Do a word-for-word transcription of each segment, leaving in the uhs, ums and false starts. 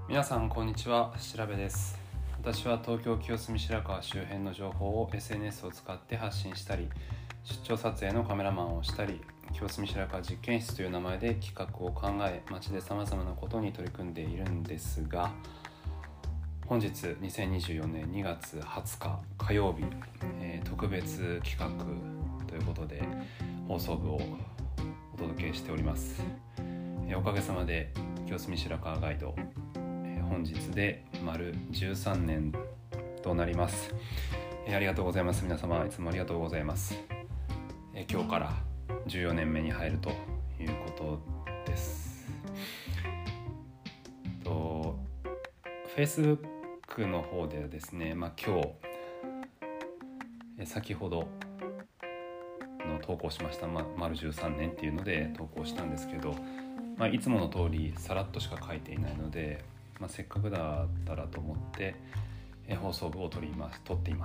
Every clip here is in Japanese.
皆さんこんにちは、調べです。私は東京清澄白河周辺の情報を エスエヌエス を使って発信したり、出張撮影のカメラマンをしたり、清澄白河実験室という名前で企画を考え、街でさまざまなことに取り組んでいるんですが、本日にせんにじゅうよねんにがつはつか火曜日、えー、特別企画ということで放送部をお届けしております。えー、おかげさまで清澄白河ガイド、えー、本日で丸じゅうさんねんとなります。えー、ありがとうございます。皆様いつもありがとうございます。えー、今日からじゅうよねんめに入るということです。と Facebook の方ではですね、まあ、今日え先ほどの投稿しました、ま、丸じゅうさんねんっていうので投稿したんですけど、まあ、いつもの通りさらっとしか書いていないので、まあ、せっかくだったらと思ってえ放送部を撮ります撮っています。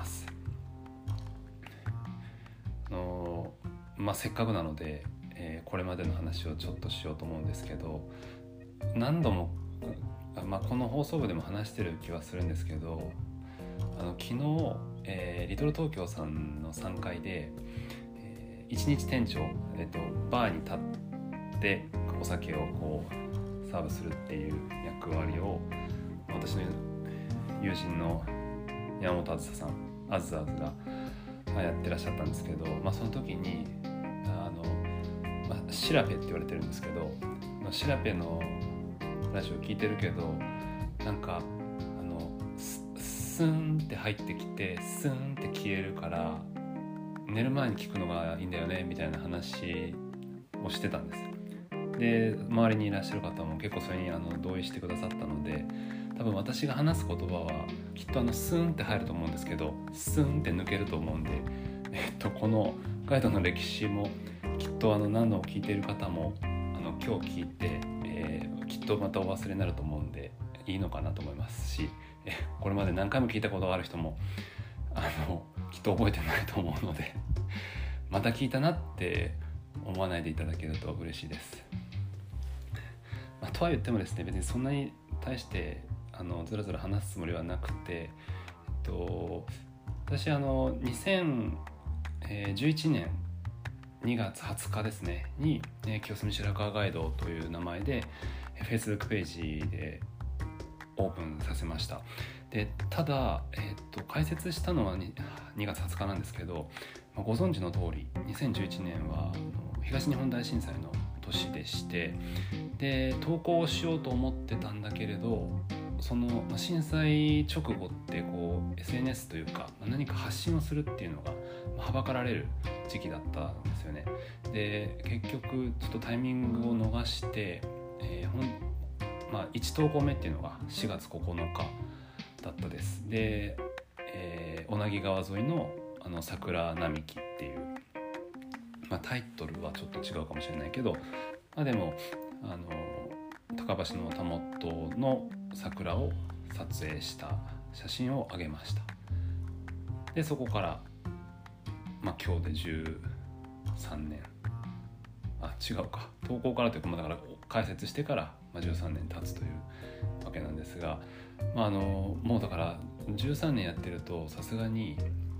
あの、まあ、せっかくなので、えー、これまでの話をちょっとしようと思うんですけど、何度もまあ、この放送部でも話してる気はするんですけど、あの昨日、えー、リトル東京さんのさんかいで、えー、一日店長、えーと、バーに立ってお酒をこうサーブするっていう役割を私の友人の山本あずささんあずあずがやってらっしゃったんですけど、まあ、その時にあの、まあ、シラペって言われてるんですけど、まあ、シラペのラジオ聞いてるけど、なんかあの ス, スーンって入ってきてスーンって消えるから寝る前に聞くのがいいんだよねみたいな話をしてたんです。で、周りにいらっしゃる方も結構それにあの同意してくださったので、多分私が話す言葉はきっとあのスーンって入ると思うんですけど、スーンって抜けると思うんで、えっと、このガイドの歴史もきっとあの何度も聞いている方もあの今日聞いてきっとまたお忘れになると思うんでいいのかなと思いますし、えこれまで何回も聞いたことがある人もあのきっと覚えてないと思うのでまた聞いたなって思わないでいただけると嬉しいです。まあ、とは言ってもですね、別にそんなに対してあのずらずら話すつもりはなくて、えっと、私あのにせんじゅういちねんにがつはつかですねに、えー、清澄白河ガイドという名前でFacebook ページでオープンさせました。でただ、えー、と開設したのは 2, にがつはつかなんですけど、まあ、ご存知の通りにせんじゅういちねんはあの東日本大震災の年でして、で投稿をしようと思ってたんだけれど、その、まあ、震災直後ってこう エスエヌエス というか、まあ、何か発信をするっていうのが、まあ、はばかられる時期だったんですよね。で結局ちょっとタイミングを逃して、えーほんまあ、いち投稿目っていうのがしがつここのかだったです。で、えー、小名木川沿いの、あの桜並木っていう、まあ、タイトルはちょっと違うかもしれないけど、まあ、でもあの高橋のたもとの桜を撮影した写真を上げました。でそこから、まあ、今日でじゅうさんねん、あ違うか投稿からというか、まあ、だから開設してからじゅうさんねん経つというわけなんですが、まあ、あのもうだからじゅうさんねんやってるとさすがに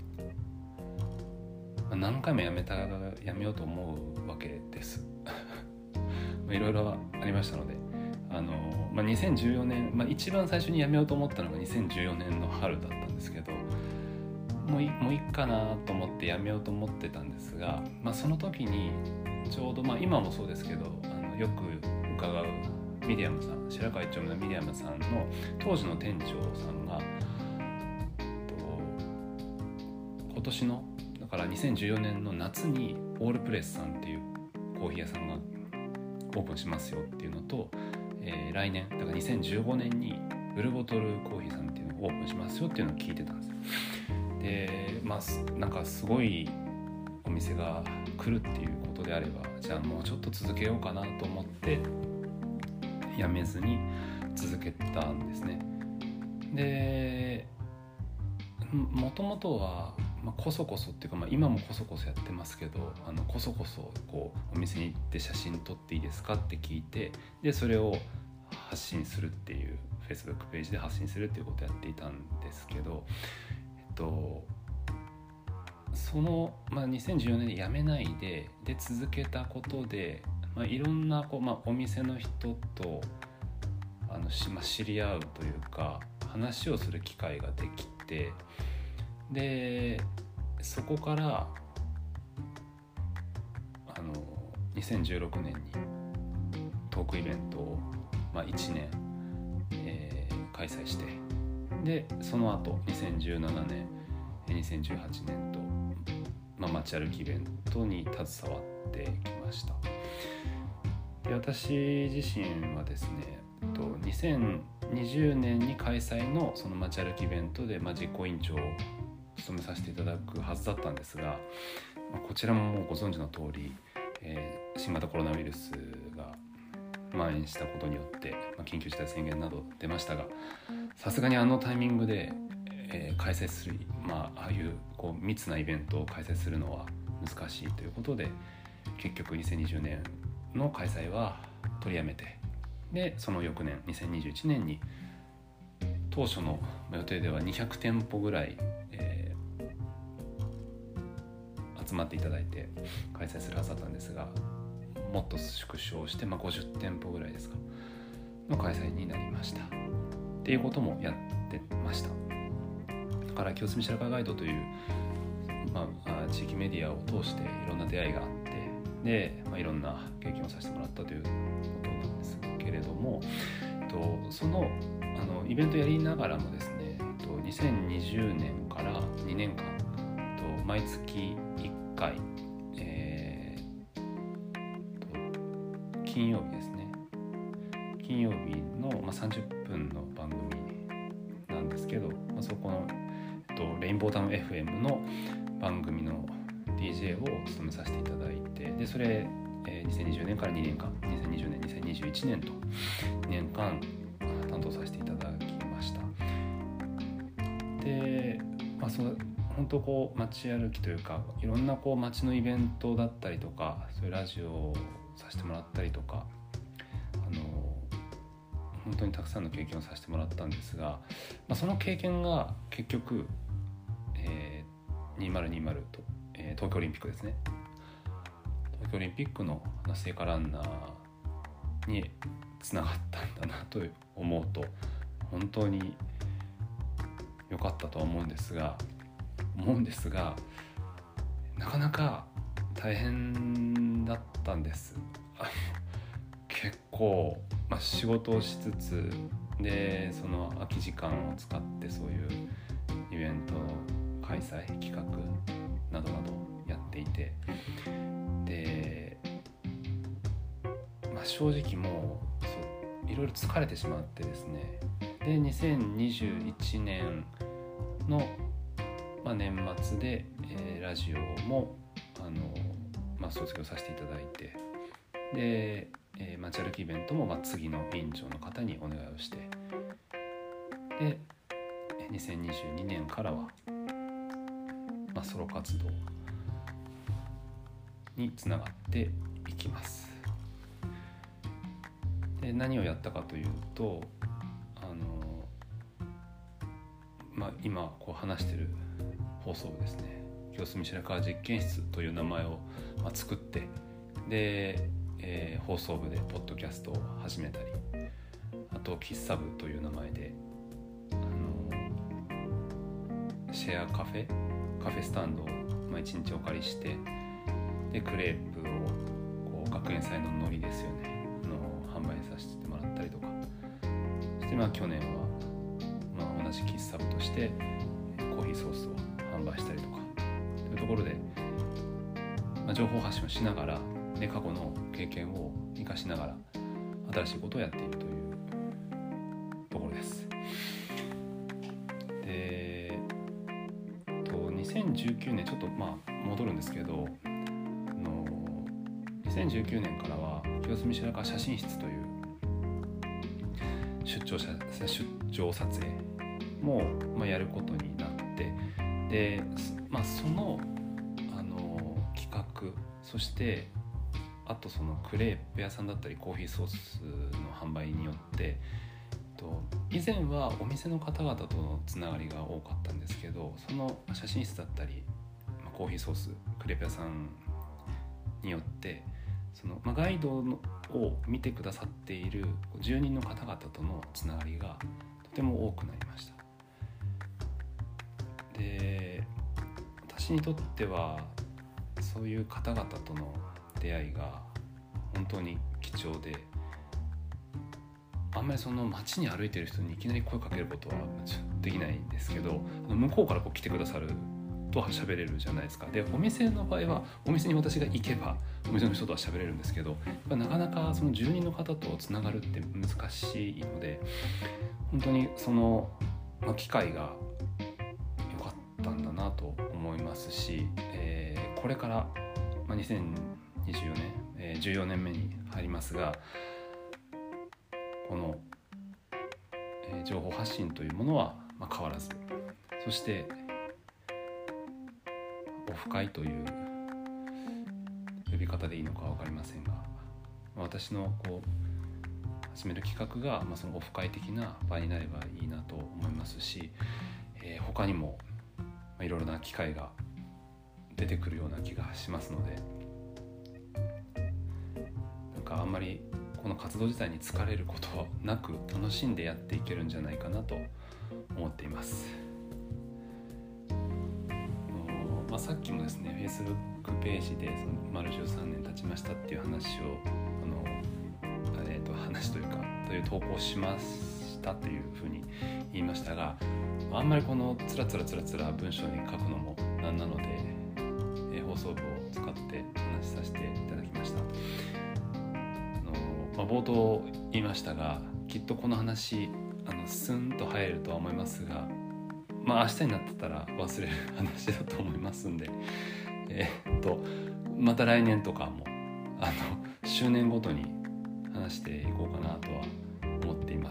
何回もやめたやめようと思うわけですいろいろありましたので、あの、まあ、にせんじゅうよねん、まあ、一番最初にやめようと思ったのがにせんじゅうよねんの春だったんですけど、もういもういいかなと思ってやめようと思ってたんですが、まあ、その時にちょうど、まあ、今もそうですけど、あのよく伺うミディアムさん、白河一丁目のミディアムさんの当時の店長さんが、と今年のだからにせんじゅうよねんの夏にオールプレスさんっていうコーヒー屋さんがオープンしますよっていうのと、えー、来年だからにせんじゅうごねんにブルーボトルコーヒーさんっていうのがオープンしますよっていうのを聞いてたんですよ。でまあなんかすごいお店が来るっていうことであれば、じゃあもうちょっと続けようかなと思ってやめずに続けたんですね。でもともとは、まあ、こそこそっていうか、まあ、今もこそこそやってますけど、あのこそこそこうお店に行って写真撮っていいですかって聞いて、でそれを発信するっていう Facebook ページで発信するっていうことをやっていたんですけど、えっとその、まあ、にせんじゅうよねんで辞めないでで続けたことで、まあ、いろんなこう、まあ、お店の人とあのし、まあ、知り合うというか話をする機会ができて、でそこからあのにせんじゅうろくねんにトークイベントを、まあ、いちねん、えー、開催して、でその後にせんじゅうななねんにせんじゅうはちねんと、まあ、街歩きイベントに携わってきました。で私自身はですねにせんにじゅうねんに開催のその街歩きイベントで、まあ、実行委員長を務めさせていただくはずだったんですが、まあ、こちらももうご存知の通り、えー、新型コロナウイルスが蔓延したことによって、まあ、緊急事態宣言など出ましたが、さすがにあのタイミングで、えー、開催する、まあ、ああいうこう密なイベントを開催するのは難しいということで、結局にせんにじゅうねんの開催は取りやめて、でその翌年にせんにじゅういちねんに当初の予定ではにひゃくてんぽぐらい、えー、集まっていただいて開催するはずだったんですが、もっと縮小して、まあ、ごじゅってんぽぐらいですかの開催になりましたっていうこともやってました。だから清澄白河ガイドという、まあ、地域メディアを通していろんな出会いがあって、で、まあ、いろんな経験をさせてもらったということなんですけれども、とそのあのイベントやりながらもですね、とにせんにじゅうねんからにねんかんと毎月いっかい、えー、と金曜日ですね金曜日の、まあ、さんじゅっぷんの番組なんですけど、まあ、そこの、えっと、レインボータウン エフエム の番組の ディージェー を務めさせていただいて、でそれ、えー、にせんにじゅうねんからにねんかん、にせんにじゅうねんにせんにじゅういちねんとにねんかん担当させていただきました。で、まあ、その本当こう街歩きというか、いろんなこう街のイベントだったりとか、そういうラジオをさせてもらったりとか、あの本当にたくさんの経験をさせてもらったんですが、まあ、その経験が結局、えー、にせんにじゅうと、えー、東京オリンピックですね東京オリンピックの聖火ランナーにつながったんだなと思うと、本当に良かったとは思うんですが思うんですがなかなか大変だったんです。結構、まあ、仕事をしつつで、その空き時間を使ってそういうイベントの開催企画などなどやっていて、で、まあ、正直もうそういろいろ疲れてしまってですね、でにせんにじゅういちねんの、まあ、年末で、えー、ラジオもあの、まあ、卒業させていただいて、で、えー、街歩きイベントも、まあ、次の委員長の方にお願いをして、でにせんにじゅうにねんからは、まあ、ソロ活動につながっていきます。で何をやったかというと、あの、まあ、今こう話している放送部ですね、清澄白河実験室という名前を、まあ、作って、で、えー、放送部でポッドキャストを始めたり、あと喫茶部という名前で、あのシェアカフェカフェスタンドを、まあ、いちにちお借りして、でクレープをこう学園祭のノリですよねの販売させてもらったりとかして、まあ、去年は、まあ、同じ喫茶部としてコーヒーソースを販売したりとかというところで、まあ、情報発信をしながら、で過去の経験を生かしながら新しいことをやっているというところです。で、とにせんじゅうきゅうねんちょっとまあ戻るんですけど、のにせんじゅうきゅうねんからは清澄白河写真室という出張写出張撮影も、まあ、やることになって、で、まあ、その、あの企画、そしてあとそのクレープ屋さんだったりコーヒーソースの販売によって、 と以前はお店の方々とのつながりが多かったんですけど、その写真室だったり、まあ、コーヒーソースクレープ屋さんによってその、まあ、ガイドのを見てくださっている住人の方々とのつながりがとても多くなりました。で、私にとってはそういう方々との出会いが本当に貴重で、あんまりその街に歩いてる人にいきなり声かけることはできないんですけど、向こうからこう来てくださると喋れるじゃないですか。で、お店の場合はお店に私が行けばお店の人とは喋れるんですけど、やっぱなかなかその住人の方とつながるって難しいので、本当にその、まあ、機会が良かったんだなと思いますし、えー、これから、まあ、にせんにじゅうよねん、えー、じゅうよねんめに入りますが、この、えー、情報発信というものは、まあ、変わらず、そしてオフ会という呼び方でいいのか分かりませんが、私のこう始める企画が、まあ、そのオフ会的な場になればいいなと思いますし、えー、他にもいろいろな機会が出てくるような気がしますので、なんかあんまりこの活動自体に疲れることはなく楽しんでやっていけるんじゃないかなと思っています。まあ、さっきもですね Facebook ページでその丸じゅうさんねん経ちましたっていう話をあの、えー、と話というかという投稿をしましたというふうに言いましたが、あんまりこのつらつらつらつら文章に書くのもなんなので、えー、放送部を使って話させていただきました。まあ、冒頭言いましたが、きっとこの話あのスンと入るとは思いますが、まあ明日になってたら忘れる話だと思いますんで、えー、っとまた来年とかもあの周年ごとに話していこうかなとは思っています。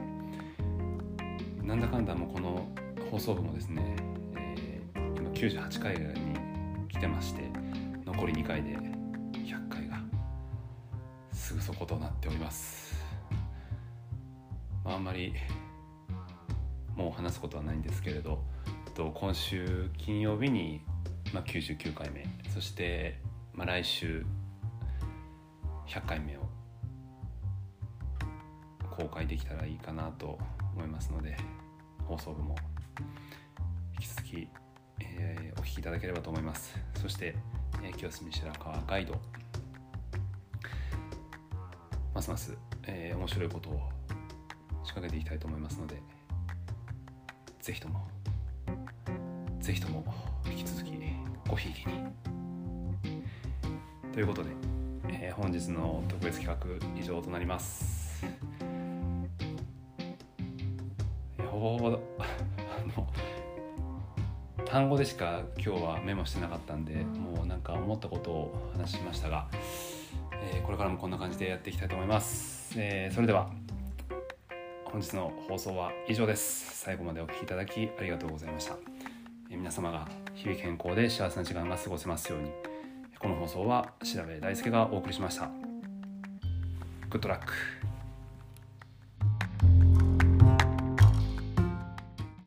なんだかんだもうこの放送部もですね、えー、今きゅうじゅうはちかいに来てまして、残りにかいでひゃっかいがすぐそことなっております。まあ、あんまりもう話すことはないんですけれど、今週金曜日に、まあ、きゅうじゅうきゅうかいめ、そして、まあ、来週ひゃっかいめを公開できたらいいかなと思いますので、放送部も引き続き、えー、お聞きいただければと思います。そして、えー、清澄白河ガイド、ますます、えー、面白いことを仕掛けていきたいと思いますので、ぜひともぜひとも引き続きごひいきにということで、えー、本日の特別企画以上となります。えー、ほぼほぼあの単語でしか今日はメモしてなかったんで、もうなんか思ったことを話しましたが、えー、これからもこんな感じでやっていきたいと思います。えー、それでは本日の放送は以上です。最後までお聞きいただきありがとうございました。えー、皆様が日々健康で幸せな時間が過ごせますように。この放送は調べ大輔がお送りしました。グッドラック。